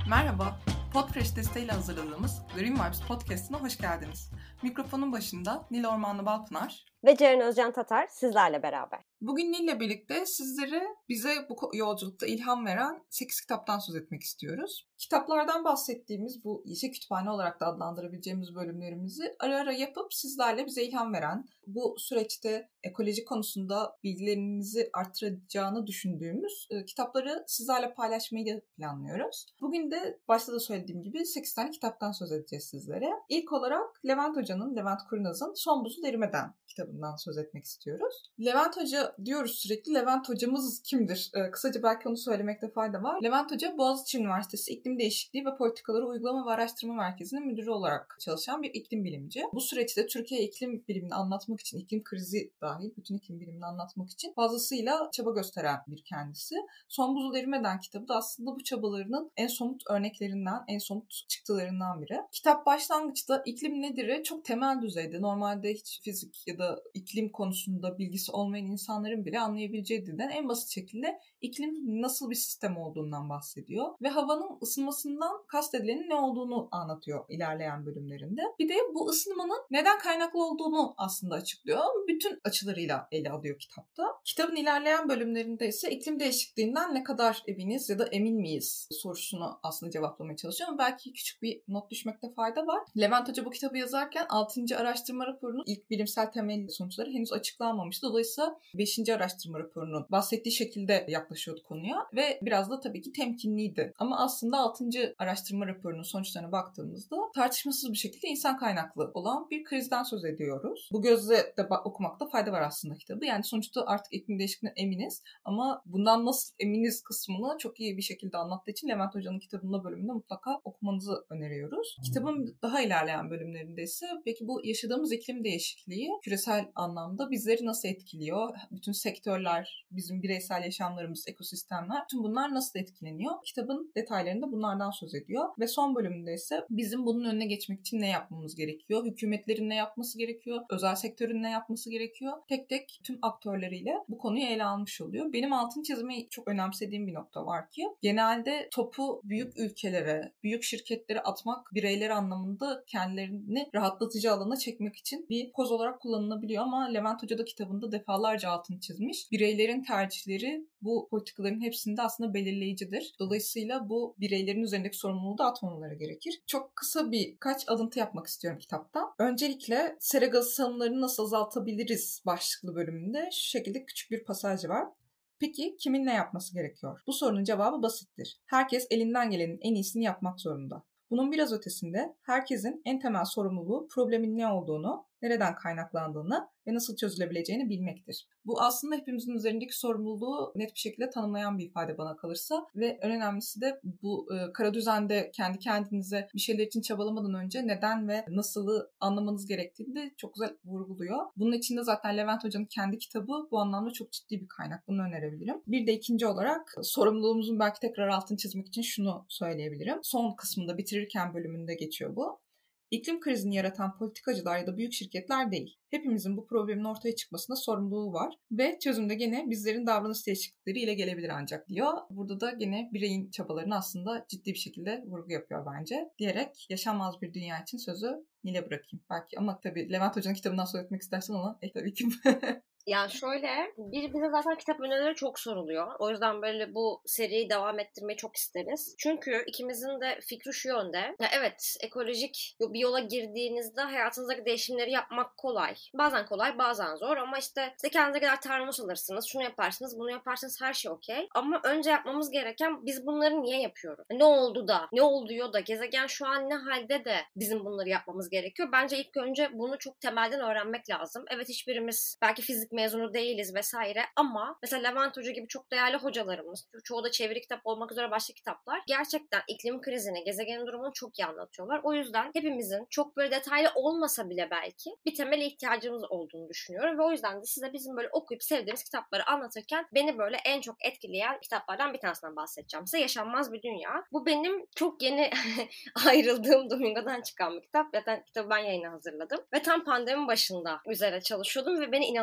Merhaba, Podcrash desteğiyle hazırladığımız Green Vibes Podcast'ına hoş geldiniz. Mikrofonun başında Nil Ormanlı Balpınar ve Ceren Özcan Tatar sizlerle beraber. Bugün Nil'le birlikte sizlere bize bu yolculukta ilham veren 8 kitaptan söz etmek istiyoruz. Kitaplardan bahsettiğimiz bu yeşil kütüphane olarak da adlandırabileceğimiz bölümlerimizi ara ara yapıp sizlerle bize ilham veren, bu süreçte ekoloji konusunda bilgilerinizi artıracağını düşündüğümüz kitapları sizlerle paylaşmayı planlıyoruz. Bugün de başta da söylediğim gibi 8 tane kitaptan söz edeceğiz sizlere. İlk olarak Levent Hoca'nın, Levent Kurnaz'ın Son Buzul Erimeden kitabından söz etmek istiyoruz. Levent Hoca diyoruz sürekli. Levent hocamız kimdir? Kısaca belki onu söylemekte fayda var. Levent Hoca Boğaziçi Üniversitesi İklim Değişikliği ve Politikaları Uygulama ve Araştırma Merkezi'nin müdürü olarak çalışan bir iklim bilimci. Bu süreçte Türkiye iklim bilimini anlatmak için, iklim krizi dahil bütün iklim bilimini anlatmak için fazlasıyla çaba gösteren bir kendisi. Son Buzul Erimeden kitabı da aslında bu çabalarının en somut örneklerinden, en somut çıktılarından biri. Kitap başlangıçta iklim nedir'i çok temel düzeyde, normalde hiç fizik ya da iklim konusunda bilgisi olmayan insanların bile anlayabileceği dilden en basit şekilde iklim nasıl bir sistem olduğundan bahsediyor. Ve havanın ısınmasından kastedilenin ne olduğunu anlatıyor ilerleyen bölümlerinde. Bir de bu ısınmanın neden kaynaklı olduğunu aslında açıklıyor. Bütün açılarıyla ele alıyor kitapta. Kitabın ilerleyen bölümlerinde ise iklim değişikliğinden ne kadar eminiz ya da emin miyiz sorusunu aslında cevaplamaya çalışıyor. Ama belki küçük bir not düşmekte fayda var. Levent Hoca bu kitabı yazarken 6. araştırma raporunun ilk bilimsel temel sonuçları henüz açıklanmamıştı. Dolayısıyla 5. araştırma raporunun bahsettiği şekilde yaklaşıyordu konuya ve biraz da tabii ki temkinliydi. Ama aslında 6. araştırma raporunun sonuçlarına baktığımızda tartışmasız bir şekilde insan kaynaklı olan bir krizden söz ediyoruz. Bu gözle de okumakta fayda var aslında kitabı. Yani sonuçta artık iklim değişikliğinden eminiz ama bundan nasıl eminiz kısmını çok iyi bir şekilde anlattığı için Levent Hoca'nın kitabının bölümünde mutlaka okumanızı öneriyoruz. Kitabın daha ilerleyen bölümlerinde ise peki bu yaşadığımız iklim değişikliği küresel anlamda bizleri nasıl etkiliyor? Bütün sektörler, bizim bireysel yaşamlarımız, ekosistemler, tüm bunlar nasıl etkileniyor? Kitabın detaylarında bunlardan söz ediyor. Ve son bölümünde ise bizim bunun önüne geçmek için ne yapmamız gerekiyor? Hükümetlerin ne yapması gerekiyor? Özel sektörün ne yapması gerekiyor? Tek tek tüm aktörleriyle bu konuyu ele almış oluyor. Benim altını çizmeyi çok önemsediğim bir nokta var ki genelde topu büyük ülkelere, büyük şirketlere atmak bireyler anlamında kendilerini rahatlatıcı alana çekmek için bir koz olarak kullanılabiliyor ama Levent Hoca da kitabında defalarca altını çizmiş. Bireylerin tercihleri bu politikaların hepsinde aslında belirleyicidir. Dolayısıyla bu bireylerin üzerindeki sorumluluğu da atmamaları gerekir. Çok kısa birkaç alıntı yapmak istiyorum kitaptan. Öncelikle sera gazı salımlarını nasıl azaltabiliriz başlıklı bölümünde şu şekilde küçük bir pasaj var. Peki kimin ne yapması gerekiyor? Bu sorunun cevabı basittir. Herkes elinden gelenin en iyisini yapmak zorunda. Bunun biraz ötesinde herkesin en temel sorumluluğu problemin ne olduğunu, nereden kaynaklandığını ve nasıl çözülebileceğini bilmektir. Bu aslında hepimizin üzerindeki sorumluluğu net bir şekilde tanımlayan bir ifade bana kalırsa ve en önemlisi de bu kara düzende kendi kendinize bir şeyler için çabalamadan önce neden ve nasılı anlamanız gerektiğini de çok güzel vurguluyor. Bunun için de zaten Levent Hoca'nın kendi kitabı bu anlamda çok ciddi bir kaynak. Bunu önerebilirim. Bir de ikinci olarak sorumluluğumuzun belki tekrar altını çizmek için şunu söyleyebilirim. Son kısmında bitirirken bölümünde geçiyor bu. İklim krizini yaratan politikacılar ya da büyük şirketler değil. Hepimizin bu problemin ortaya çıkmasında sorumluluğu var ve çözümde gene bizlerin davranış değişiklikleri ile gelebilir ancak diyor. Burada da gene bireyin çabalarını aslında ciddi bir şekilde vurgu yapıyor bence. Diyerek yaşanmaz bir dünya için sözü Nil'e bırakayım. Belki ama tabii Levent Hoca'nın kitabından söz etmek istersen ona tabii ki. Yani şöyle, bize zaten kitap önerileri çok soruluyor. O yüzden böyle bu seriyi devam ettirmeyi çok isteriz. Çünkü ikimizin de fikri şu yönde. Ya evet, ekolojik bir yola girdiğinizde hayatınızdaki değişimleri yapmak kolay. Bazen kolay, bazen zor ama işte size kendinize kadar termos alırsınız, şunu yaparsınız, bunu yaparsınız, her şey okey. Ama önce yapmamız gereken biz bunları niye yapıyoruz? Ne oldu da, ne oluyor da, gezegen şu an ne halde de bizim bunları yapmamız gerekiyor. Bence ilk önce bunu çok temelden öğrenmek lazım. Evet, hiçbirimiz belki fizik mezunu değiliz vesaire ama mesela Levent Hoca gibi çok değerli hocalarımız, çoğu da çeviri kitap olmak üzere başka kitaplar gerçekten iklim krizini, gezegenin durumunu çok iyi anlatıyorlar. O yüzden hepimizin çok böyle detaylı olmasa bile belki bir temel ihtiyacımız olduğunu düşünüyorum ve o yüzden de size bizim böyle okuyup sevdiğimiz kitapları anlatırken beni böyle en çok etkileyen kitaplardan bir tanesinden bahsedeceğim. Size Yaşanmaz Bir Dünya. Bu benim çok yeni ayrıldığım Domingo'dan çıkan bir kitap. Zaten kitabı ben yayına hazırladım ve tam pandemi başında üzerine çalışıyordum ve beni inanılmaz etkiledi.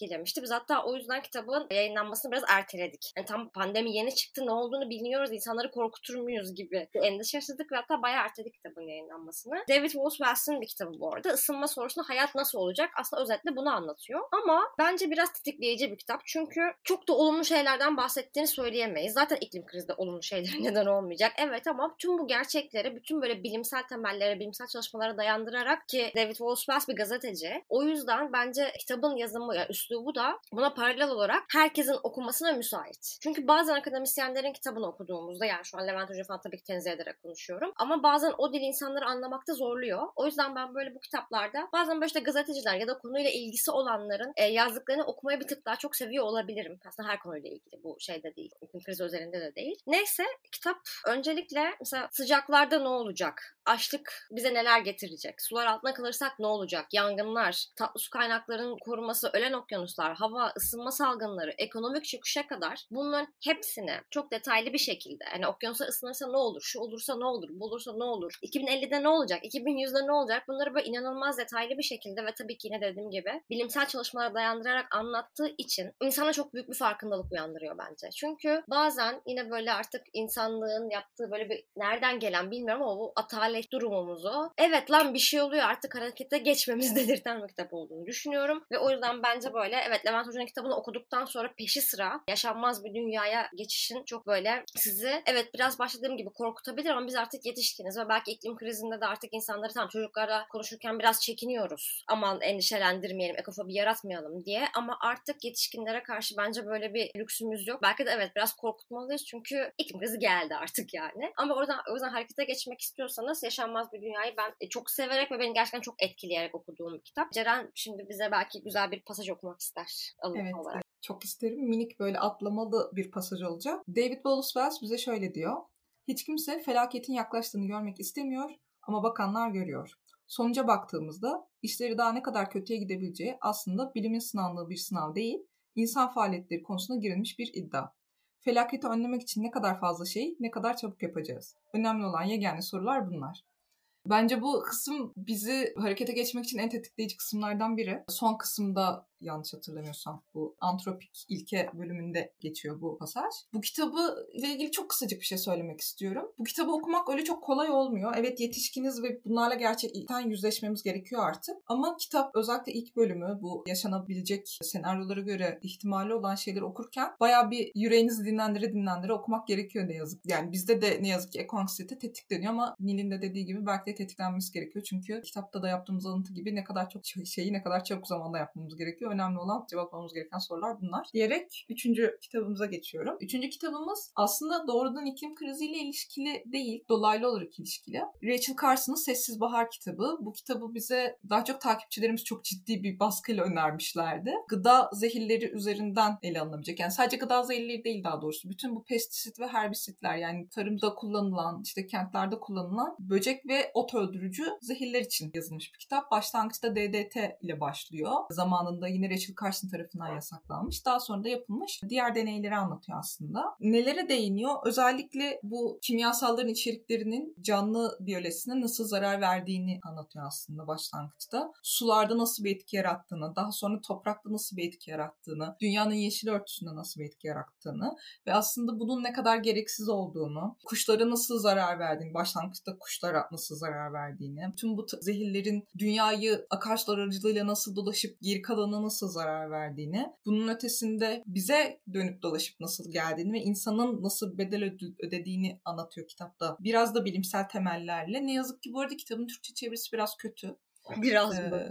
etkilemişti. Biz hatta o yüzden kitabın yayınlanmasını biraz erteledik. Yani tam pandemi yeni çıktı, ne olduğunu bilmiyoruz, insanları korkutur muyuz gibi bir endişe yaşadık ve hatta bayağı erteledik kitabın yayınlanmasını. David Wallace Wells'ın bir kitabı bu arada. Isınma sorusunda hayat nasıl olacak? Aslında özetle bunu anlatıyor. Ama bence biraz tetikleyici bir kitap. Çünkü çok da olumlu şeylerden bahsettiğini söyleyemeyiz. Zaten iklim krizi de olumlu şeylerin neden olmayacak. Evet, ama tüm bu gerçekleri, bütün böyle bilimsel temellere, bilimsel çalışmalara dayandırarak, ki David Wallace Wells bir gazeteci. O yüzden bence kitabın yazımı, yani üslubu da buna paralel olarak herkesin okumasına müsait. Çünkü bazen akademisyenlerin kitabını okuduğumuzda, yani şu an Levent Hoca falan tabii ki tenzih ederek konuşuyorum, ama bazen o dil insanları anlamakta zorluyor. O yüzden ben böyle bu kitaplarda bazen böyle işte gazeteciler ya da konuyla ilgisi olanların yazdıklarını okumayı bir tık daha çok seviyor olabilirim. Aslında her konuyla ilgili, bu şeyde değil. İklim krizi özelinde de değil. Neyse, kitap öncelikle mesela sıcaklarda ne olacak? Açlık bize neler getirecek? Sular altına kalırsak ne olacak? Yangınlar, tatlı su kaynaklarının korunması, ölen okyanuslar, hava, ısınma salgınları, ekonomik çöküşe kadar bunların hepsini çok detaylı bir şekilde, yani okyanuslar ısınırsa ne olur? Şu olursa ne olur? Bu olursa ne olur? 2050'de ne olacak? 2100'de ne olacak? Bunları böyle inanılmaz detaylı bir şekilde ve tabii ki yine dediğim gibi bilimsel çalışmalara dayandırarak anlattığı için insana çok büyük bir farkındalık uyandırıyor bence. Çünkü bazen yine böyle artık insanlığın yaptığı böyle bir nereden gelen bilmiyorum ama bu atalet durumumuzu, evet lan bir şey oluyor artık harekete geçmemiz delirten bir kitap olduğunu düşünüyorum. Ve o yüzden bence böyle, evet, Levent Hoca'nın kitabını okuduktan sonra peşi sıra yaşanmaz bir dünyaya geçişin çok böyle sizi, evet, biraz başladığım gibi korkutabilir ama biz artık yetişkiniz ve belki iklim krizinde de artık insanları, tamam, çocuklarla konuşurken biraz çekiniyoruz. Aman endişelendirmeyelim, ekofobi yaratmayalım diye, ama artık yetişkinlere karşı bence böyle bir lüksümüz yok. Belki de evet biraz korkutmalıyız çünkü iklim krizi geldi artık yani. Ama o yüzden harekete geçmek istiyorsanız Yaşanmaz Bir Dünyayı ben çok severek ve beni gerçekten çok etkileyerek okuduğum bir kitap. Ceren şimdi bize belki güzel bir pasaj okumak ister alıntı Evet, olarak. çok isterim. Minik böyle atlamalı bir pasaj olacak. David Wallace Wells bize şöyle diyor. Hiç kimse felaketin yaklaştığını görmek istemiyor ama bakanlar görüyor. Sonuca baktığımızda işleri daha ne kadar kötüye gidebileceği aslında bilimin sınandığı bir sınav değil, insan faaliyetleri konusuna girilmiş bir iddia. Felaketi önlemek için ne kadar fazla şey, ne kadar çabuk yapacağız? Önemli olan yegane sorular bunlar. Bence bu kısım bizi harekete geçmek için en tetikleyici kısımlardan biri. Son kısımda, yanlış hatırlamıyorsam, bu antropik ilke bölümünde geçiyor bu pasaj. Bu kitabı ile ilgili çok kısacık bir şey söylemek istiyorum. Bu kitabı okumak öyle çok kolay olmuyor. Evet, yetişkiniz ve bunlarla gerçekten yüzleşmemiz gerekiyor artık. Ama kitap, özellikle ilk bölümü, bu yaşanabilecek senaryolara göre ihtimali olan şeyleri okurken bayağı bir yüreğinizi dinlendire okumak gerekiyor ne yazık. Yani bizde de ne yazık ki ekoanksiyete tetikleniyor ama Nil'in de dediği gibi belki de tetiklenmesi gerekiyor. Çünkü kitapta da yaptığımız alıntı gibi ne kadar çok şeyi ne kadar çabuk zamanda yapmamız gerekiyor. Önemli olan cevaplamamız gereken sorular bunlar. Diyerek 3. kitabımıza geçiyorum. 3. kitabımız aslında doğrudan iklim kriziyle ilişkili değil, dolaylı olarak ilişkili. Rachel Carson'ın Sessiz Bahar kitabı. Bu kitabı bize daha çok takipçilerimiz çok ciddi bir baskıyla önermişlerdi. Gıda zehirleri üzerinden ele alınabilecek. Yani sadece gıda zehirleri değil, daha doğrusu. Bütün bu pestisit ve herbisitler, yani tarımda kullanılan, işte kentlerde kullanılan böcek ve ot öldürücü zehirler için yazılmış bir kitap. Başlangıçta DDT ile başlıyor. Zamanında yine Rachel Carson tarafından yasaklanmış. Daha sonra da yapılmış diğer deneyleri anlatıyor aslında. Nelere değiniyor? Özellikle bu kimyasalların içeriklerinin canlı biyolojisine nasıl zarar verdiğini anlatıyor aslında başlangıçta. Sularda nasıl bir etki yarattığını, daha sonra toprakta nasıl bir etki yarattığını, dünyanın yeşil örtüsünde nasıl bir etki yarattığını ve aslında bunun ne kadar gereksiz olduğunu, kuşlara nasıl zarar verdiğini, başlangıçta kuşlara nasıl zarar verdiğini, tüm bu zehirlerin dünyayı akarsular aracılığıyla nasıl dolaşıp geri kalanına nasıl zarar verdiğini, bunun ötesinde bize dönüp dolaşıp nasıl geldiğini ve insanın nasıl bedel ödediğini anlatıyor kitapta. Biraz da bilimsel temellerle. Ne yazık ki bu arada kitabın Türkçe çevirisi biraz kötü. Biraz mı?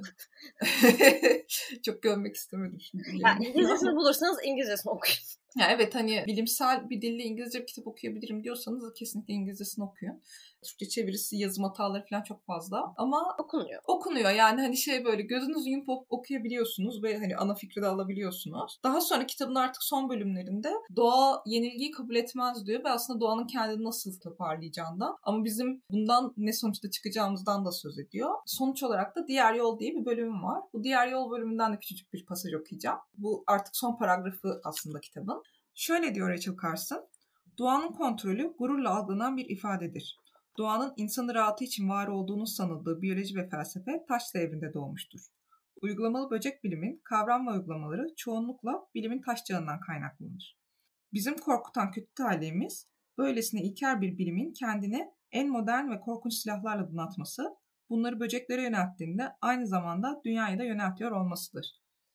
Çok görmek istemedim şimdi. Yani İngilizcesini bulursanız İngilizcesini okuyun. Ya evet, hani bilimsel bir dille İngilizce bir kitap okuyabilirim diyorsanız da kesinlikle İngilizcesini okuyun. Türkçe çevirisi, yazım hataları falan çok fazla ama okunuyor. Yani hani şey, böyle gözünüzü yumup okuyabiliyorsunuz ve hani ana fikri de alabiliyorsunuz. Daha sonra kitabın artık son bölümlerinde doğa yenilgiyi kabul etmez diyor ve aslında doğanın kendini nasıl toparlayacağından, ama bizim bundan ne sonuçta çıkacağımızdan da söz ediyor. Sonuç olarak da Diğer Yol diye bir bölümüm var. Bu Diğer Yol bölümünden de küçücük bir pasaj okuyacağım. Bu artık son paragrafı aslında kitabın. Şöyle diyor Rachel Carson: "Doğanın kontrolü gururla algılanan bir ifadedir. Doğanın insanı rahatı için var olduğunu sanıldığı biyoloji ve felsefe taş devrinde doğmuştur. uygulamalı böcek bilimin kavram ve uygulamaları çoğunlukla bilimin taş çağından kaynaklanır. Bizim korkutan kötü talihimiz, böylesine ilkel bir bilimin kendini en modern ve korkunç silahlarla donatması, bunları böceklere yönelttiğinde aynı zamanda dünyaya da yöneltiyor olmasıdır.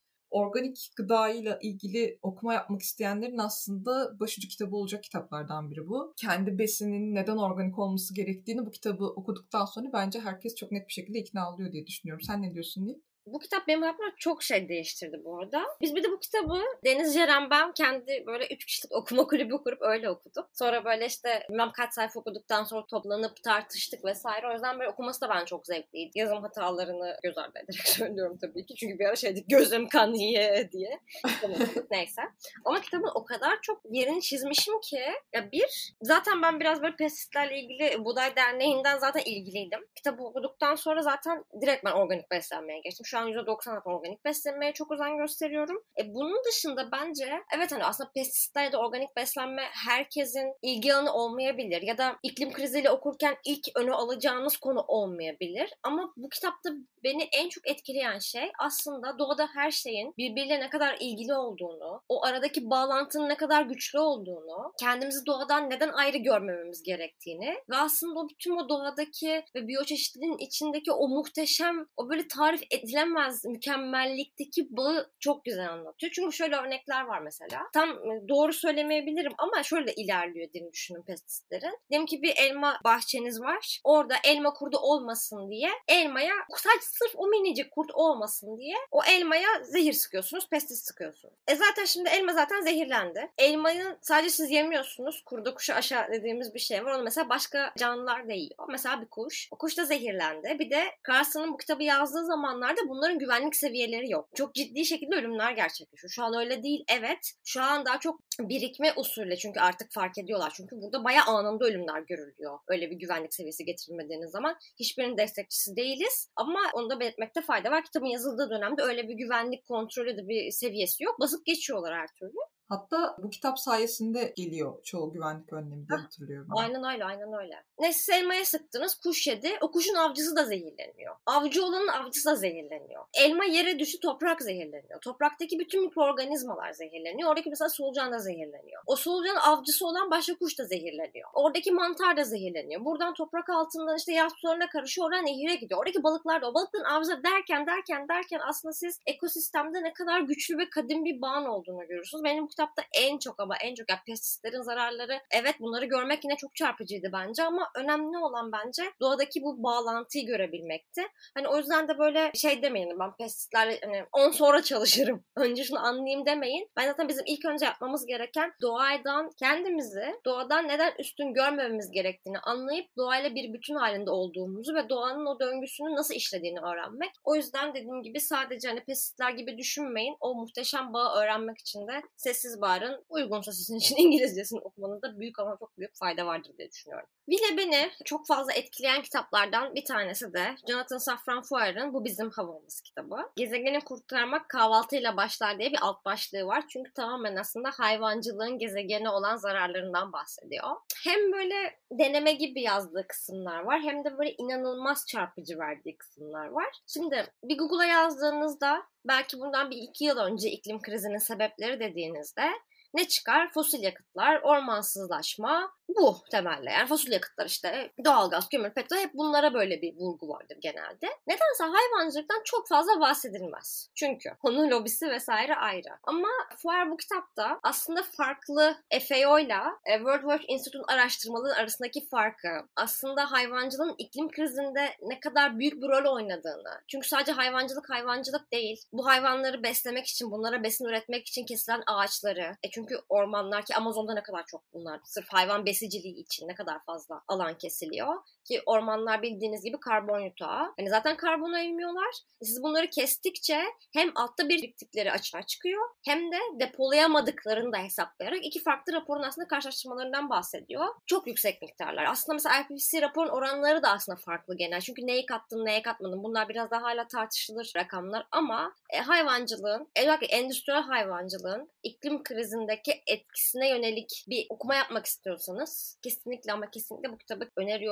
Organik gıdayla ilgili okuma yapmak isteyenlerin aslında başucu kitabı olacak kitaplardan biri bu. Kendi besininin neden organik olması gerektiğini bu kitabı okuduktan sonra bence herkes çok net bir şekilde ikna oluyor diye düşünüyorum. Sen ne diyorsun Nil? Bu kitap benim hayatımda çok şey değiştirdi bu arada. Biz bir de bu kitabı Deniz, Ceren, ben kendi böyle 3 kişilik okuma kulübü kurup öyle okuduk. Sonra böyle işte bilmem kaç sayfa okuduktan sonra toplanıp tartıştık vesaire. O yüzden böyle okuması da ben çok zevkliydi. Yazım hatalarını göz ardı ederek söylüyorum tabii ki. Çünkü bir ara şeydik, gözüm kan ye diye. Neyse. Ama kitabın o kadar çok yerini çizmişim ki ya zaten ben biraz böyle pestisitlerle ilgili Buğday Derneği'nden zaten ilgiliydim. Kitabı okuduktan sonra zaten direkt ben organik beslenmeye geçtim. Şu an %90 organik beslenmeye çok özen gösteriyorum. Bunun dışında bence evet hani aslında pestisitler ya da organik beslenme herkesin ilgi alanı olmayabilir ya da iklim kriziyle okurken ilk öne alacağınız konu olmayabilir. Ama bu kitapta beni en çok etkileyen şey aslında doğada her şeyin birbiriyle ne kadar ilgili olduğunu, o aradaki bağlantının ne kadar güçlü olduğunu, kendimizi doğadan neden ayrı görmememiz gerektiğini ve aslında bütün o doğadaki ve biyoçeşitliliğin içindeki o muhteşem, o böyle tarif edilemez mükemmellikteki bağı çok güzel anlatıyor. Çünkü şöyle örnekler var mesela. Tam doğru söylemeyebilirim ama şöyle de ilerliyor diye düşünün pestisitlerin. Diyelim ki bir elma bahçeniz var. Orada elma kurdu olmasın diye elmaya sadece sırf o minicik kurt olmasın diye o elmaya zehir sıkıyorsunuz, pestisit sıkıyorsunuz. Zaten şimdi elma zaten zehirlendi. Elmayı sadece siz yemiyorsunuz. Kurda kuşa aşağı dediğimiz bir şey var. Onu mesela başka canlılar da yiyor. Mesela bir kuş. O kuş da zehirlendi. Bir de Carson'ın bu kitabı yazdığı zamanlarda bunların güvenlik seviyeleri yok. Çok ciddi şekilde ölümler gerçekleşiyor. Şu an öyle değil. Evet. Şu an daha çok birikme usulü çünkü artık fark ediyorlar. Çünkü burada bayağı anında ölümler görülüyor. Öyle bir güvenlik seviyesi getirilmediğiniz zaman. Hiçbirinin destekçisi değiliz. Ama onu da belirtmekte fayda var. Kitabın yazıldığı dönemde öyle bir güvenlik kontrolü de bir seviyesi yok. Basıp geçiyorlar her türlü. Hatta bu kitap sayesinde geliyor çoğu güvenlik önlemi diye hatırlıyorum. Aynen öyle, aynen öyle. Neyse elmaya sıktınız, kuş yedi. O kuşun avcısı da zehirleniyor. Avcı olanın avcısı da zehirleniyor. Elma yere düştü, toprak zehirleniyor. Topraktaki bütün mikroorganizmalar zehirleniyor. Oradaki mesela solucan da zehirleniyor. O solucanın avcısı olan başka kuş da zehirleniyor. Oradaki mantar da zehirleniyor. Buradan toprak altından işte yağ sularına karışıyor. Oradan nehire gidiyor. Oradaki balıklar da o balıkların avcısı derken aslında siz ekosistemde ne kadar güçlü ve kadim bir bağın olduğunu görüyorsunuz. Benim bu kitapta en çok ya pestisitlerin zararları, evet bunları görmek yine çok çarpıcıydı bence ama önemli olan bence doğadaki bu bağlantıyı görebilmekti. Hani o yüzden de böyle şey demeyin, ben pestisitlerle hani 10 sonra çalışırım. Önce şunu anlayayım demeyin. Ben zaten bizim ilk önce yapmamız gereken doğadan kendimizi, doğadan neden üstün görmememiz gerektiğini anlayıp doğayla bir bütün halinde olduğumuzu ve doğanın o döngüsünün nasıl işlediğini öğrenmek. O yüzden dediğim gibi sadece hani pestisitler gibi düşünmeyin. O muhteşem bağı öğrenmek için de Sessiz Bahar'ın uygunsa sizin için İngilizcesini okumanızda büyük ama çok büyük fayda vardır diye düşünüyorum. Yine beni çok fazla etkileyen kitaplardan bir tanesi de Jonathan Safran Foer'ın Bu Bizim Havamız kitabı. Gezegeni kurtarmak kahvaltıyla başlar diye bir alt başlığı var. Çünkü tamamen aslında hayvancılığın gezegene olan zararlarından bahsediyor. Hem böyle deneme gibi yazdığı kısımlar var hem de böyle inanılmaz çarpıcı verdiği kısımlar var. Şimdi bir Google'a yazdığınızda belki bundan bir 2 yıl önce iklim krizinin sebepleri dediğinizde ne çıkar? Fosil yakıtlar, ormansızlaşma, bu temelde. Yani fosil yakıtlar işte doğalgaz, kömür, petrol hep bunlara böyle bir vurgu vardır genelde. Nedense hayvancılıktan çok fazla bahsedilmez. Çünkü onun lobisi vesaire ayrı. Ama Foer bu kitapta aslında farklı FAO'yla World Watch Institute'un araştırmaları arasındaki farkı, aslında hayvancılığın iklim krizinde ne kadar büyük bir rol oynadığını. Çünkü sadece hayvancılık değil. Bu hayvanları beslemek için, bunlara besin üretmek için kesilen ağaçları. Çünkü ormanlar ki Amazon'da ne kadar çok bunlar. Sırf hayvan besiciliği için ne kadar fazla alan kesiliyor. Ki ormanlar bildiğiniz gibi karbon yutağı. Hani zaten karbonu emmiyorlar. Siz bunları kestikçe hem altta biriktikleri açığa çıkıyor hem de depolayamadıklarını da hesaplayarak iki farklı raporun aslında karşılaştırmalarından bahsediyor. Çok yüksek miktarlar. Aslında mesela IPCC raporun oranları da aslında farklı genel. Çünkü neyi kattın, neye katmadın bunlar biraz daha hala tartışılır rakamlar ama hayvancılığın, özellikle endüstriyel hayvancılığın iklim krizindeki etkisine yönelik bir okuma yapmak istiyorsanız kesinlikle ama kesinlikle bu kitabı öneriyorum. Bir de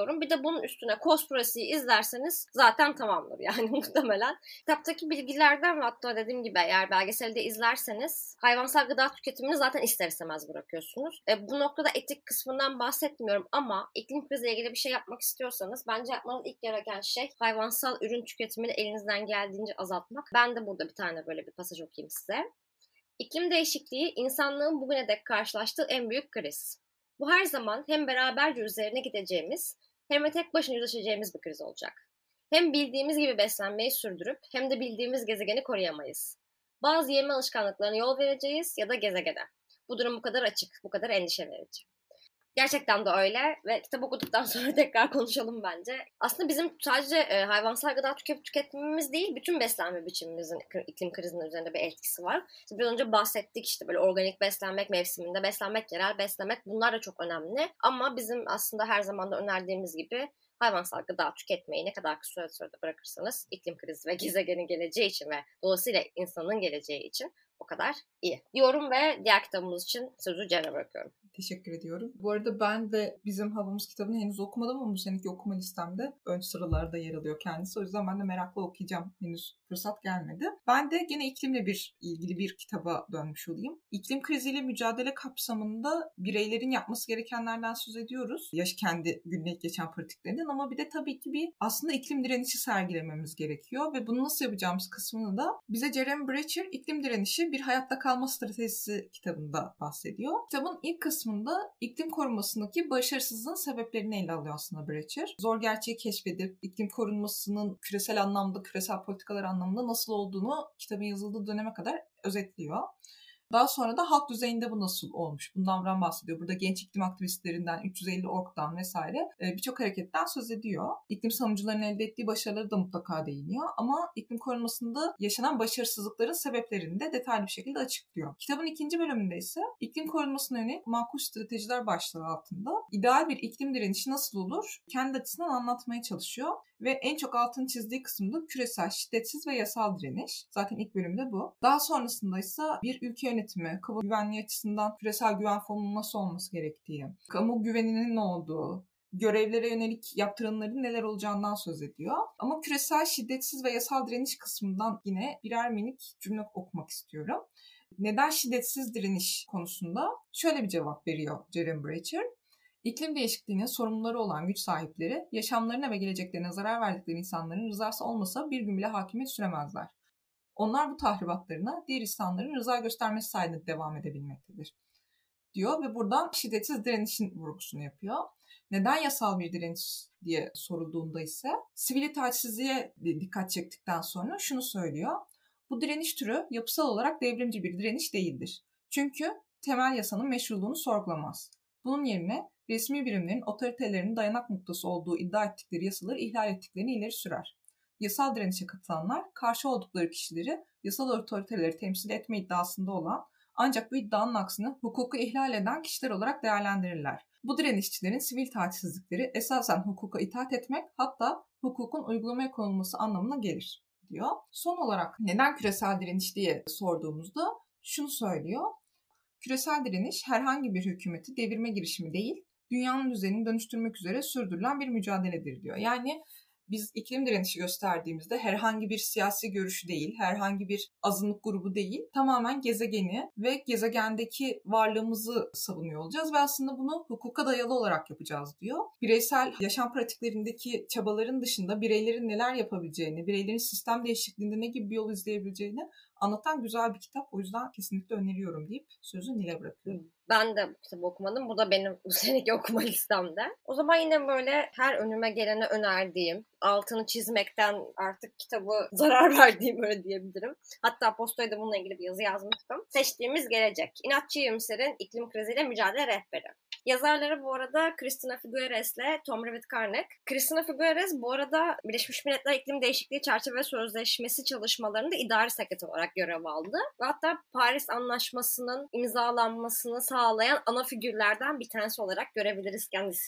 bunun üstüne Conspiracy'yi izlerseniz zaten tamamdır yani muhtemelen. Kitaptaki bilgilerden ve hatta dediğim gibi eğer belgeseli de izlerseniz hayvansal gıda tüketimini zaten ister istemez bırakıyorsunuz. Bu noktada etik kısmından bahsetmiyorum ama iklim kriziyle ilgili bir şey yapmak istiyorsanız bence yapmanız ilk gereken şey hayvansal ürün tüketimini elinizden geldiğince azaltmak. Ben de burada bir tane böyle bir pasaj okuyayım size. İklim değişikliği insanlığın bugüne dek karşılaştığı en büyük kriz. Bu her zaman hem beraberce üzerine gideceğimiz hem de tek başına yüzleşeceğimiz bir kriz olacak. Hem bildiğimiz gibi beslenmeyi sürdürüp hem de bildiğimiz gezegeni koruyamayız. Bazı yeme alışkanlıklarına yol vereceğiz ya da gezegene. Bu durum bu kadar açık, bu kadar endişe verici. Gerçekten de öyle ve kitap okuduktan sonra tekrar konuşalım bence. Aslında bizim sadece hayvansal gıda tüketmemiz değil, bütün beslenme biçimimizin iklim krizinin üzerinde bir etkisi var. İşte biraz önce bahsettik işte böyle organik beslenmek, mevsiminde beslenmek, yerel beslenmek bunlar da çok önemli. Ama bizim aslında her zaman da önerdiğimiz gibi hayvansal gıda tüketmeyi ne kadar kısa sürede bırakırsanız iklim krizi ve gezegenin geleceği için ve dolayısıyla insanın geleceği için o kadar iyi. Diyorum ve diğer kitabımız için sözü Ceren'e bırakıyorum. Teşekkür ediyorum. Bu arada ben de Bizim Havamız kitabını henüz okumadım ama bu seneki okuma listemde ön sıralarda yer alıyor kendisi. O yüzden ben de merakla okuyacağım. Henüz fırsat gelmedi. Ben de gene iklimle ilgili bir kitaba dönmüş olayım. İklim kriziyle mücadele kapsamında bireylerin yapması gerekenlerden söz ediyoruz. Kendi günlük geçen pratiklerinden ama bir de tabii ki aslında iklim direnişi sergilememiz gerekiyor ve bunu nasıl yapacağımız kısmını da bize Jeremy Brecher İklim Direnişi Bir Hayatta Kalma Stratejisi kitabında bahsediyor. Kitabın ilk kısmında iklim korumasındaki başarısızlığın sebeplerini ele alıyor aslında Brecher. Zor gerçeği keşfedip iklim korunmasının küresel anlamda, küresel politikalar anlamında nasıl olduğunu kitabın yazıldığı döneme kadar özetliyor. Daha sonra da halk düzeyinde bu nasıl olmuş? Bundan bahsediyor. Burada genç iklim aktivistlerinden, 350 org'dan vesaire birçok hareketten söz ediyor. İklim savunucularının elde ettiği başarıları da mutlaka değiniyor. Ama iklim korumasında yaşanan başarısızlıkların sebeplerini de detaylı bir şekilde açıklıyor. Kitabın ikinci bölümünde ise iklim korunmasına yönelik makul stratejiler başlığı altında ideal bir iklim direnişi nasıl olur? Kendi açısından anlatmaya çalışıyor. Ve en çok altını çizdiği kısımda küresel, şiddetsiz ve yasal direniş. Zaten ilk bölümde bu. Daha sonrasında ise bir ülke yönetimi, kamu güvenliği açısından küresel güven fonunun nasıl olması gerektiği, kamu güveninin ne olduğu, görevlere yönelik yaptırımların neler olacağından söz ediyor. Ama küresel, şiddetsiz ve yasal direniş kısmından yine birer minik cümle okumak istiyorum. Neden şiddetsiz direniş konusunda şöyle bir cevap veriyor Jeremy Brecher. İklim değişikliğinin sorumluları olan güç sahipleri, yaşamlarına ve geleceklerine zarar verdikleri insanların rızası olmasa bir gün bile hakimiyet süremezler. Onlar bu tahribatlarına diğer insanların rıza göstermesi sayesinde devam edebilmektedir, diyor ve buradan şiddetsiz direnişin vurgusunu yapıyor. Neden yasal bir direniş diye sorulduğunda ise sivil itaatsizliğe dikkat çektikten sonra şunu söylüyor. Bu direniş türü yapısal olarak devrimci bir direniş değildir. Çünkü temel yasanın meşruluğunu sorgulamaz. Bunun yerine resmi birimlerin otoritelerinin dayanak noktası olduğu iddia ettikleri yasaları ihlal ettiklerini ileri sürer. Yasal direnişe katılanlar karşı oldukları kişileri yasal otoriteleri temsil etme iddiasında olan ancak bu iddianın aksine hukuku ihlal eden kişiler olarak değerlendirirler. Bu direnişçilerin sivil itaatsizlikleri esasen hukuka itaat etmek hatta hukukun uygulamaya konulması anlamına gelir, diyor. Son olarak neden küresel direniş diye sorduğumuzda şunu söylüyor. Küresel direniş herhangi bir hükümeti devirme girişimi değil, dünyanın düzenini dönüştürmek üzere sürdürülen bir mücadeledir, diyor. Yani biz iklim direnişi gösterdiğimizde herhangi bir siyasi görüşü değil, herhangi bir azınlık grubu değil, tamamen gezegeni ve gezegendeki varlığımızı savunuyor olacağız ve aslında bunu hukuka dayalı olarak yapacağız, diyor. Bireysel yaşam pratiklerindeki çabaların dışında bireylerin neler yapabileceğini, bireylerin sistem değişikliğinde ne gibi bir yol izleyebileceğini anlatan güzel bir kitap. O yüzden kesinlikle öneriyorum deyip sözü Nil'e bırakıyorum. Ben de bu kitabı okumadım. Bu da benim bu seneki okuma listemde. O zaman yine böyle her önüme gelene önerdiğim, altını çizmekten artık kitabı zarar verdiğim öyle diyebilirim. Hatta postaya da bununla ilgili bir yazı yazmıştım. Seçtiğimiz Gelecek. İnatçı Iyimser'in iklim kriziyle mücadele rehberi. Yazarları bu arada Christina Figueres ile Tom Rivett-Carnac. Christina Figueres bu arada Birleşmiş Milletler İklim Değişikliği Çerçeve Sözleşmesi çalışmalarında idari sekreter olarak görev aldı. Ve hatta Paris Anlaşması'nın imzalanmasını sağlayan ana figürlerden bir tanesi olarak görebiliriz kendisini.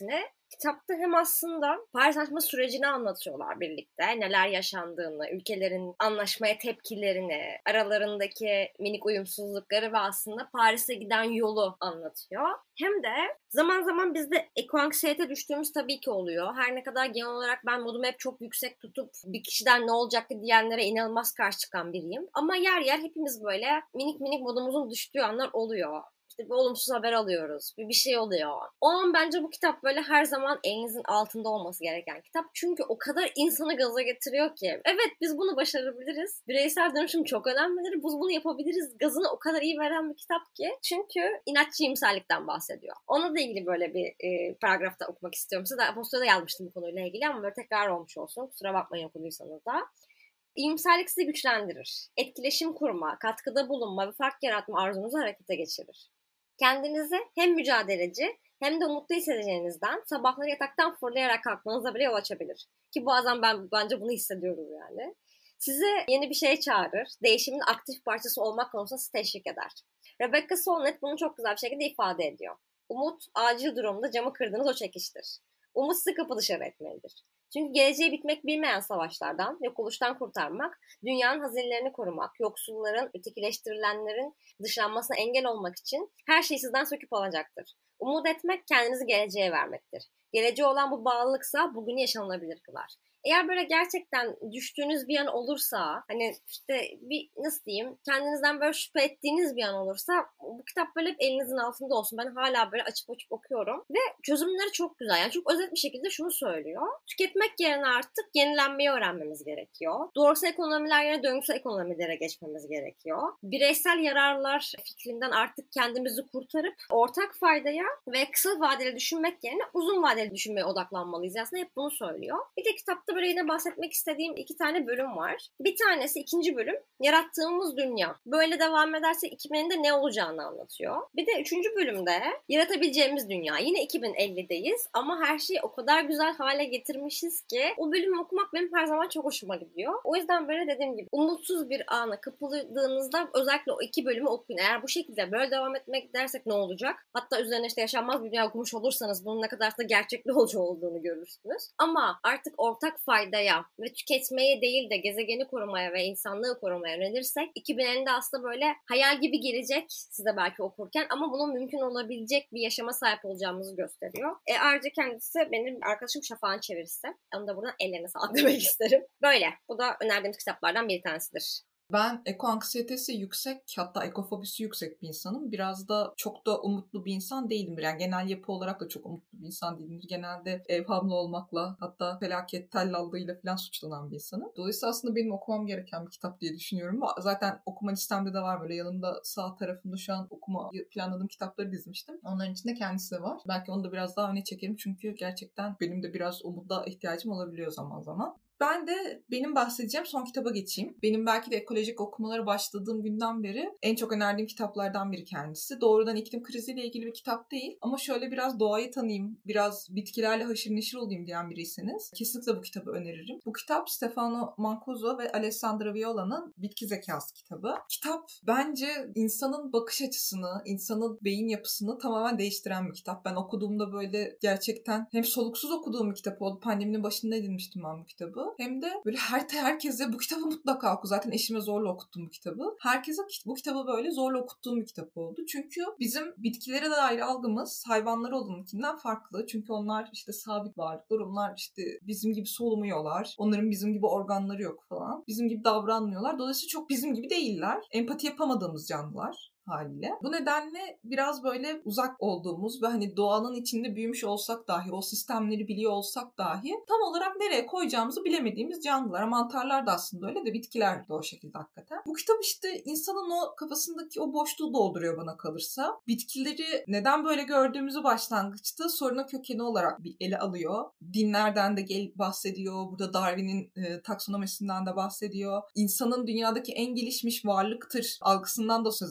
Kitapta hem aslında Paris Anlaşması sürecini anlatıyorlar birlikte. Neler yaşandığını, ülkelerin anlaşmaya tepkilerini, aralarındaki minik uyumsuzlukları ve aslında Paris'e giden yolu anlatıyor. Hem de zaman zaman bizde ekoanksiyete düştüğümüz tabii ki oluyor. Her ne kadar genel olarak ben modumu hep çok yüksek tutup bir kişiden ne olacak diyenlere inanılmaz karşı çıkan biriyim. Ama yer yer hepimiz böyle minik minik modumuzun düştüğü anlar oluyor. İşte bir olumsuz haber alıyoruz. Bir şey oluyor. O an bence bu kitap böyle her zaman elinizin altında olması gereken kitap. Çünkü o kadar insanı gaza getiriyor ki. Evet, biz bunu başarabiliriz. Bireysel dönüşüm çok önemlidir. Biz bunu yapabiliriz. Gazını o kadar iyi veren bir kitap ki. Çünkü inatçı iyimserlikten bahsediyor. Onunla da ilgili böyle bir paragrafta okumak istiyorum. Size de Apostol'da yazmıştım bu konuyla ilgili ama böyle tekrar olmuş olsun. Kusura bakmayın okuduysanız da. İyimserlik sizi güçlendirir. Etkileşim kurma, katkıda bulunma ve fark yaratma arzunuzu harekete geçirir. Kendinizi hem mücadeleci hem de umutlu hissedeceğinizden sabahları yataktan fırlayarak kalkmanıza bile yol açabilir. Ki bazen bence bunu hissediyoruz yani. Size yeni bir şey çağırır, değişimin aktif parçası olmak konusunda sizi teşvik eder. Rebecca Solnit bunu çok güzel bir şekilde ifade ediyor. Umut, acil durumda camı kırdığınız o çekiştir. Umut sizi kapı dışarı etmelidir. Çünkü geleceği bitmek bilmeyen savaşlardan, yok oluştan kurtarmak, dünyanın hazinelerini korumak, yoksulların, ötekileştirilenlerin dışlanmasına engel olmak için her şeyi sizden söküp alacaktır. Umut etmek, kendinizi geleceğe vermektir. Geleceğe olan bu bağlılıksa bugünü yaşanılabilir kılar. Eğer böyle gerçekten düştüğünüz bir an olursa, hani işte bir nasıl diyeyim, kendinizden böyle şüphe ettiğiniz bir an olursa bu kitap böyle hep elinizin altında olsun. Ben hala böyle açıp okuyorum ve çözümleri çok güzel. Yani çok özet bir şekilde şunu söylüyor. Tüketmek yerine artık yenilenmeyi öğrenmemiz gerekiyor. Doğrusal ekonomiler yerine döngüsel ekonomilere geçmemiz gerekiyor. Bireysel yararlar fikrinden artık kendimizi kurtarıp ortak faydaya ve kısa vadeli düşünmek yerine uzun vadeli düşünmeye odaklanmalıyız. Aslında hep bunu söylüyor. Bir de kitapta böyle yine bahsetmek istediğim 2 tane bölüm var. Bir tanesi 2. bölüm. Yarattığımız dünya. Böyle devam ederse 2050'de ne olacağını anlatıyor. Bir de 3. bölümde yaratabileceğimiz dünya. Yine 2050'deyiz ama her şeyi o kadar güzel hale getirmişiz ki o bölümü okumak benim her zaman çok hoşuma gidiyor. O yüzden böyle dediğim gibi umutsuz bir ana kapıldığınızda özellikle o 2 bölümü okuyun. Eğer bu şekilde böyle devam etmek dersek ne olacak? Hatta üzerine işte yaşanmaz bir dünya okumuş olursanız bunun ne kadar da gerçekli olduğunu görürsünüz. Ama artık ortak faydaya ve tüketmeye değil de gezegeni korumaya ve insanlığı korumaya yönelirsek 2050'de aslında böyle hayal gibi gelecek size belki okurken ama bunun mümkün olabilecek bir yaşama sahip olacağımızı gösteriyor. Ayrıca kendisi benim arkadaşım Şafak'ın çevirisi. Onu da buradan ellerine sağlık demek isterim. Böyle. Bu da önerdiğimiz kitaplardan bir tanesidir. Ben ekoanksiyetesi yüksek, hatta ekofobisi yüksek bir insanım. Biraz da çok da umutlu bir insan değilimdir. Yani genel yapı olarak da çok umutlu bir insan değilimdir. Genelde evhamlı olmakla, hatta felaket tellallığıyla falan suçlanan bir insanım. Dolayısıyla aslında benim okumam gereken bir kitap diye düşünüyorum. Zaten okuma listemde de var böyle. Yanımda sağ tarafımda şu an okuma planladığım kitapları dizmiştim. Onların içinde kendisi de var. Belki onu da biraz daha öne çekerim çünkü gerçekten benim de biraz umuda ihtiyacım olabiliyor zaman zaman. Ben de benim bahsedeceğim son kitaba geçeyim. Benim belki de ekolojik okumalara başladığım günden beri en çok önerdiğim kitaplardan biri kendisi. Doğrudan iklim kriziyle ilgili bir kitap değil ama şöyle biraz doğayı tanıyayım, biraz bitkilerle haşır neşir olayım diyen biriyseniz kesinlikle bu kitabı öneririm. Bu kitap Stefano Mancuso ve Alessandra Viola'nın Bitki Zekası kitabı. Kitap bence insanın bakış açısını, insanın beyin yapısını tamamen değiştiren bir kitap. Ben okuduğumda böyle gerçekten hem soluksuz okuduğum bir kitap oldu. Pandeminin başında edinmiştim ben bu kitabı. Hem de böyle herkese bu kitabı mutlaka oku. Zaten eşime zorla okuttum bu kitabı. Herkese bu kitabı böyle zorla okuttuğum bir kitap oldu. Çünkü bizim bitkilere dair algımız hayvanlara olanınkinden farklı. Çünkü onlar işte sabit varlıklar. Onlar işte bizim gibi solumuyorlar. Onların bizim gibi organları yok falan. Bizim gibi davranmıyorlar. Dolayısıyla çok bizim gibi değiller. Empati yapamadığımız canlılar haliyle. Bu nedenle biraz böyle uzak olduğumuz ve hani doğanın içinde büyümüş olsak dahi, o sistemleri biliyor olsak dahi tam olarak nereye koyacağımızı bilemediğimiz canlılar. Mantarlar da aslında öyle de bitkiler de o şekilde hakikaten. Bu kitap işte insanın o kafasındaki o boşluğu dolduruyor bana kalırsa. Bitkileri neden böyle gördüğümüzü başlangıçta sorunun kökeni olarak bir ele alıyor. Dinlerden de bahsediyor. Burada Darwin'in taksonomisinden de bahsediyor. İnsanın dünyadaki en gelişmiş varlıktır algısından da söz ediyor.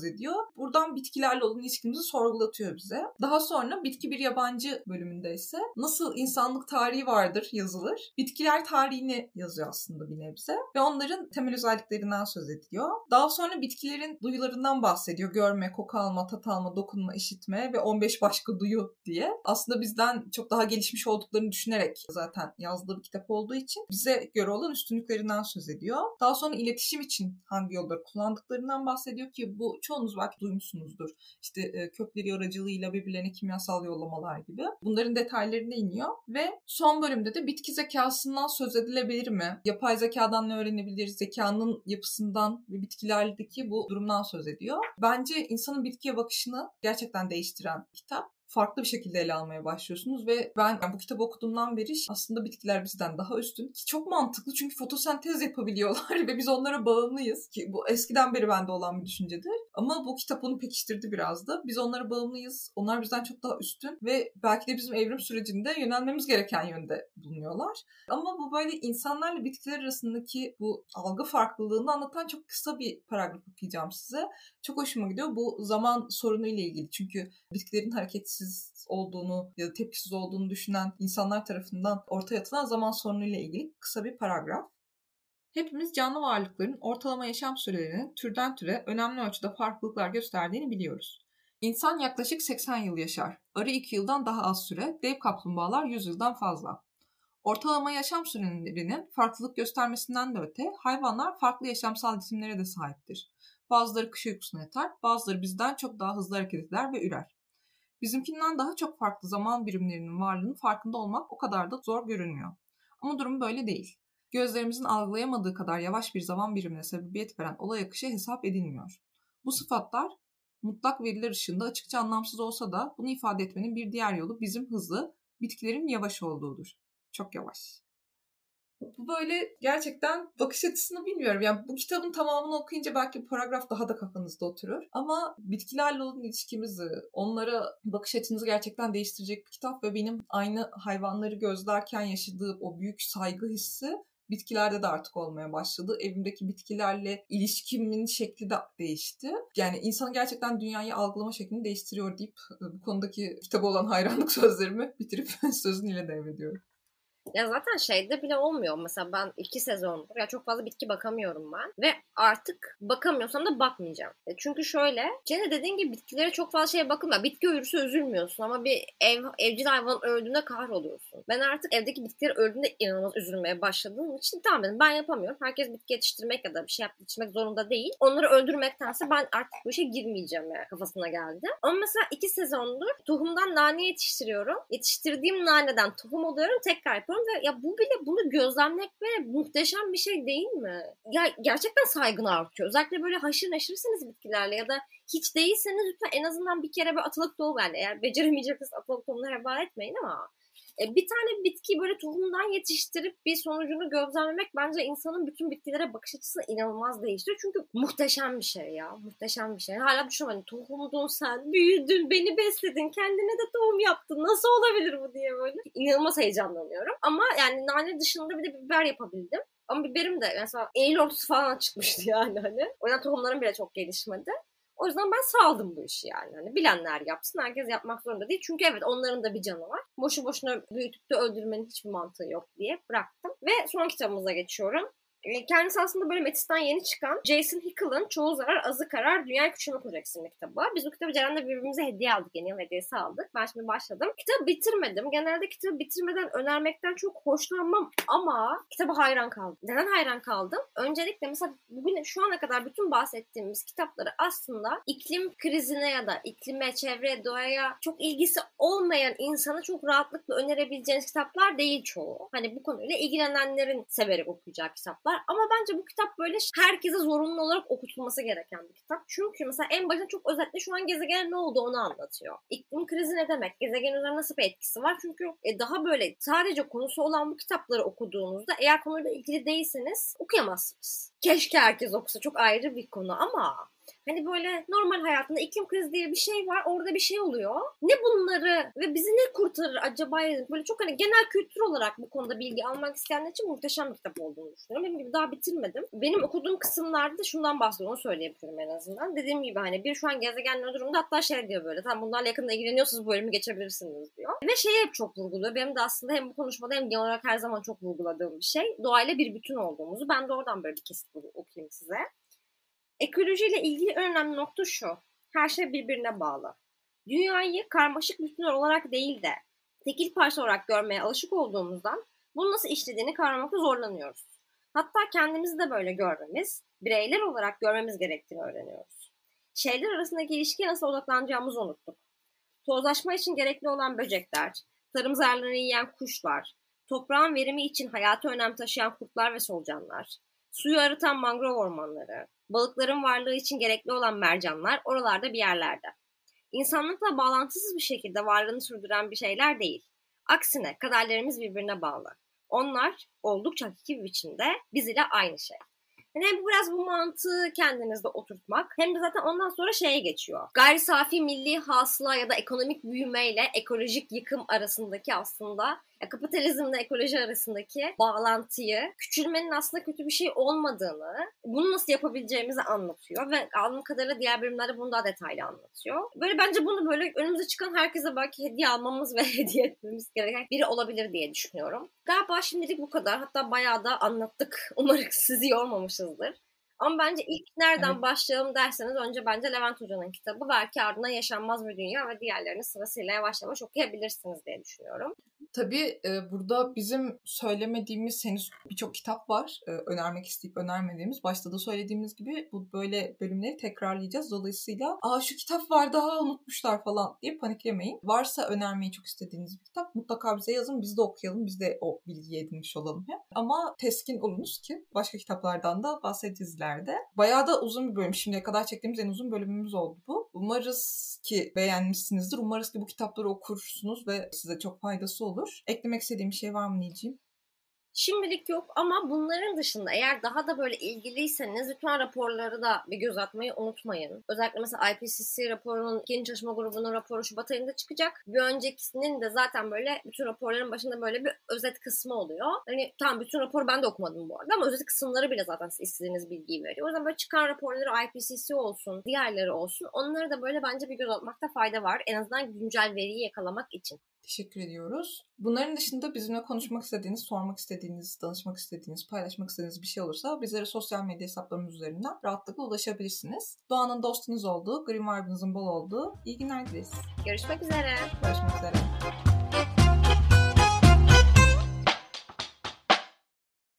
buradan bitkilerle olan ilişkimizi sorgulatıyor bize. Daha sonra Bitki Bir Yabancı bölümünde ise nasıl insanlık tarihi vardır yazılır. Bitkiler tarihini yazıyor aslında bir nebze ve onların temel özelliklerinden söz ediyor. Daha sonra bitkilerin duyularından bahsediyor. Görme, koku alma, tat alma, dokunma, işitme ve 15 başka duyu diye. Aslında bizden çok daha gelişmiş olduklarını düşünerek zaten yazdığı bir kitap olduğu için bize göre olan üstünlüklerinden söz ediyor. Daha sonra iletişim için hangi yolları kullandıklarından bahsediyor ki bu çoğunuz belki duymuşsunuzdur. İşte kökleri aracılığıyla birbirlerine kimyasal yollamalar gibi. Bunların detaylarına iniyor ve son bölümde de bitki zekasından söz edilebilir mi? Yapay zekadan ne öğrenebiliriz? Zekanın yapısından ve bitkilerdeki bu durumdan söz ediyor. Bence insanın bitkiye bakışını gerçekten değiştiren bir kitap. Farklı bir şekilde ele almaya başlıyorsunuz ve ben bu kitabı okuduğumdan beri aslında bitkiler bizden daha üstün. Ki çok mantıklı çünkü fotosentez yapabiliyorlar ve biz onlara bağımlıyız. Ki bu eskiden beri bende olan bir düşüncedir. Ama bu kitap onu pekiştirdi biraz da. Biz onlara bağımlıyız. Onlar bizden çok daha üstün ve belki de bizim evrim sürecinde yönelmemiz gereken yönde bulunuyorlar. Ama bu böyle insanlarla bitkiler arasındaki bu algı farklılığını anlatan çok kısa bir paragraf okuyacağım size. Çok hoşuma gidiyor. Bu zaman sorunu ile ilgili. Çünkü bitkilerin hareketsiz olduğunu ya da tepkisiz olduğunu düşünen insanlar tarafından ortaya atılan zaman sorunu ile ilgili kısa bir paragraf. Hepimiz canlı varlıkların ortalama yaşam sürelerinin türden türe önemli ölçüde farklılıklar gösterdiğini biliyoruz. İnsan yaklaşık 80 yıl yaşar. Arı 2 yıldan daha az süre, dev kaplumbağalar 100 yıldan fazla. Ortalama yaşam sürelerinin farklılık göstermesinden de öte hayvanlar farklı yaşamsal ritimlere de sahiptir. Bazıları kış uykusuna yatar, bazıları bizden çok daha hızlı hareket eder ve ürer. Bizimkinden daha çok farklı zaman birimlerinin varlığının farkında olmak o kadar da zor görünmüyor. Ama durum böyle değil. Gözlerimizin algılayamadığı kadar yavaş bir zaman birimine sebebiyet veren olay akışı hesap edilmiyor. Bu sıfatlar mutlak veriler ışığında açıkça anlamsız olsa da bunu ifade etmenin bir diğer yolu bizim hızlı, bitkilerin yavaş olduğudur. Çok yavaş. Bu böyle gerçekten bakış açısını bilmiyorum. Yani bu kitabın tamamını okuyunca belki bu paragraf daha da kafanızda oturur. Ama bitkilerle olan ilişkimizi, onlara bakış açınızı gerçekten değiştirecek bir kitap ve benim aynı hayvanları gözlerken yaşadığım o büyük saygı hissi bitkilerde de artık olmaya başladı. Evimdeki bitkilerle ilişkimin şekli de değişti. Yani insanın gerçekten dünyayı algılama şeklini değiştiriyor deyip bu konudaki kitaba olan hayranlık sözlerimi bitirip sözünüyle devrediyorum. Ya zaten şeyde bile olmuyor. Mesela ben 2 sezondur ya çok fazla bitki bakamıyorum ben. Ve artık bakamıyorsam da bakmayacağım. Çünkü şöyle, Cene dediğin gibi bitkilere çok fazla şeye bakılmıyor. Bitki ölürse üzülmüyorsun ama bir evcil hayvan öldüğünde kahroluyorsun. Ben artık evdeki bitkiler öldüğünde inanılmaz üzülmeye başladığım için tamam dedim, ben yapamıyorum. Herkes bitki yetiştirmek ya da bir şey yetiştirmek zorunda değil. Onları öldürmektense ben artık bu işe girmeyeceğim yani kafasına geldi. Ama mesela 2 sezondur tohumdan nane yetiştiriyorum. Yetiştirdiğim naneden tohum oluyorum, tekrar yapıyorum ve ya bu bile bunu gözlemlemek ve muhteşem bir şey değil mi? Ya gerçekten saygın artıyor. Özellikle böyle haşır neşirsiniz bitkilerle ya da hiç değilseniz lütfen en azından bir kere bir atalık tohum, yani eğer beceremeyecekseniz atalık tohumları heba etmeyin ama bir tane bitkiyi böyle tohumdan yetiştirip bir sonucunu gözlemlemek bence insanın bütün bitkilere bakış açısını inanılmaz değiştiriyor. Çünkü muhteşem bir şey ya. Muhteşem bir şey. Hala düşünüyorum, hani tohumdun sen, büyüdün, beni besledin, kendine de tohum yaptın. Nasıl olabilir bu diye böyle. İnanılmaz heyecanlanıyorum. Ama yani nane dışında bir de biber yapabildim. Ama biberim de mesela eğil ortası falan çıkmıştı yani hani. O yüzden tohumlarım bile çok gelişmedi. O yüzden ben saldım bu işi yani. Hani bilenler yapsın, herkes yapmak zorunda değil. Çünkü evet, onların da bir canı var. Boşu boşuna büyütüp de öldürmenin hiçbir mantığı yok diye bıraktım. Ve son kitabımıza geçiyorum. Kendisi aslında böyle Metis'ten yeni çıkan Jason Hickel'ın Çoğu Zarar Azı Karar Dünyayı Küçülme Kuracaksın kitabı. Biz bu kitabı Ceren'le birbirimize hediye aldık. Yeni yıl hediyesi aldık. Ben şimdi başladım. Kitabı bitirmedim. Genelde kitabı bitirmeden önermekten çok hoşlanmam ama kitaba hayran kaldım. Neden hayran kaldım? Öncelikle mesela bugün şu ana kadar bütün bahsettiğimiz kitapları aslında iklim krizine ya da iklime, çevreye, doğaya çok ilgisi olmayan insana çok rahatlıkla önerebileceğiniz kitaplar değil çoğu. Hani bu konuyla ilgilenenlerin severek okuyacağı kitaplar. Ama bence bu kitap böyle herkese zorunlu olarak okutulması gereken bir kitap. Çünkü mesela en başta çok özetle şu an gezegene ne oldu onu anlatıyor. İklim krizi ne demek? Gezegen üzerine nasıl bir etkisi var? Çünkü daha böyle sadece konusu olan bu kitapları okuduğunuzda eğer konuyla ilgili değilseniz okuyamazsınız. Keşke herkes okusa, çok ayrı bir konu ama hani böyle normal hayatında iklim krizi diye bir şey var. Orada bir şey oluyor. Ne bunları ve bizi ne kurtarır acaba? Böyle çok hani genel kültür olarak bu konuda bilgi almak isteyenler için muhteşem bir kitap olduğunu düşünüyorum. Benim gibi daha bitirmedim. Benim okuduğum kısımlarda şundan bahsediyor. Onu söyleyebilirim en azından. Dediğim gibi hani bir şu an gezegen ne durumda, hatta şey diyor böyle. Tamam, bunlarla yakında ilgileniyorsunuz, bu bölümü geçebilirsiniz diyor. Ve şeyi hep çok vurguluyor. Benim de aslında hem bu konuşmada hem genel olarak her zaman çok vurguladığım bir şey. Doğayla bir bütün olduğumuzu. Ben de oradan böyle bir kesit okuyayım size. Ekolojiyle ilgili en önemli nokta şu: her şey birbirine bağlı. Dünyayı karmaşık bütünler olarak değil de tekil parça olarak görmeye alışık olduğumuzdan bunu nasıl işlediğini kavramakta zorlanıyoruz. Hatta kendimizi de böyle görmemiz, bireyler olarak görmemiz gerektiğini öğreniyoruz. Şeyler arasındaki ilişkiye nasıl odaklanacağımızı unuttuk. Tozlaşma için gerekli olan böcekler, tarım zararlarını yiyen kuşlar, toprağın verimi için hayati önem taşıyan kurtlar ve solucanlar, suyu arıtan mangrov ormanları, balıkların varlığı için gerekli olan mercanlar oralarda bir yerlerde. İnsanlıkla bağlantısız bir şekilde varlığını sürdüren bir şeyler değil. Aksine kaderlerimiz birbirine bağlı. Onlar oldukça hakiki bir biçimde biz ile aynı şey. Yani hem biraz bu mantığı kendinizde oturtmak hem de zaten ondan sonra şeye geçiyor. Gayri safi milli hasıla ya da ekonomik büyümeyle ekolojik yıkım arasındaki aslında kapitalizmle ekoloji arasındaki bağlantıyı, küçülmenin aslında kötü bir şey olmadığını, bunu nasıl yapabileceğimizi anlatıyor ve anladığım kadarıyla diğer bölümlerde bunu daha detaylı anlatıyor. Böyle bence bunu böyle önümüze çıkan herkese belki hediye almamız ve hediye etmemiz gereken biri olabilir diye düşünüyorum. Galiba şimdilik bu kadar. Hatta bayağı da anlattık. Umarım sizi yormamışızdır. Ama bence ilk nereden başlayalım derseniz önce bence Levent Hoca'nın kitabı, belki ardından Yaşanmaz Bir Dünya ve diğerlerini sırasıyla yavaş yavaş okuyabilirsiniz diye düşünüyorum. Tabii burada bizim söylemediğimiz henüz birçok kitap var. Önermek isteyip önermediğimiz. Başta da söylediğimiz gibi bu böyle bölümleri tekrarlayacağız. Dolayısıyla şu kitap var daha unutmuşlar falan diye paniklemeyin. Varsa önermeyi çok istediğiniz bir kitap mutlaka bize yazın. Biz de okuyalım. Biz de o bilgiyi edinmiş olalım hep. Ama teskin olunuz ki başka kitaplardan da bahsedeceğiz ileride. Bayağı da uzun bir bölüm. Şimdiye kadar çektiğimiz en uzun bölümümüz oldu bu. Umarız ki beğenmişsinizdir. Umarız ki bu kitapları okursunuz ve size çok faydası olur. Eklemek istediğim bir şey var mı Niciğim? Şimdilik yok ama bunların dışında eğer daha da böyle ilgiliyseniz lütfen raporları da bir göz atmayı unutmayın. Özellikle mesela IPCC raporunun, Yeni Çalışma Grubu'nun raporu Şubat ayında çıkacak. Bir öncekisinin de zaten böyle bütün raporların başında böyle bir özet kısmı oluyor. Hani tamam, bütün raporu ben de okumadım bu arada ama özet kısımları bile zaten istediğiniz bilgiyi veriyor. O yüzden böyle çıkan raporları IPCC olsun, diğerleri olsun, onları da böyle bence bir göz atmakta fayda var. En azından güncel veriyi yakalamak için. Teşekkür ediyoruz. Bunların dışında bizimle konuşmak istediğiniz, sormak istediğiniz, danışmak istediğiniz, paylaşmak istediğiniz bir şey olursa bizlere sosyal medya hesaplarımız üzerinden rahatlıkla ulaşabilirsiniz. Doğanın dostunuz olduğu, green vibe'ınızın bol olduğu iyi günler dileriz. Görüşmek üzere. Görüşmek üzere.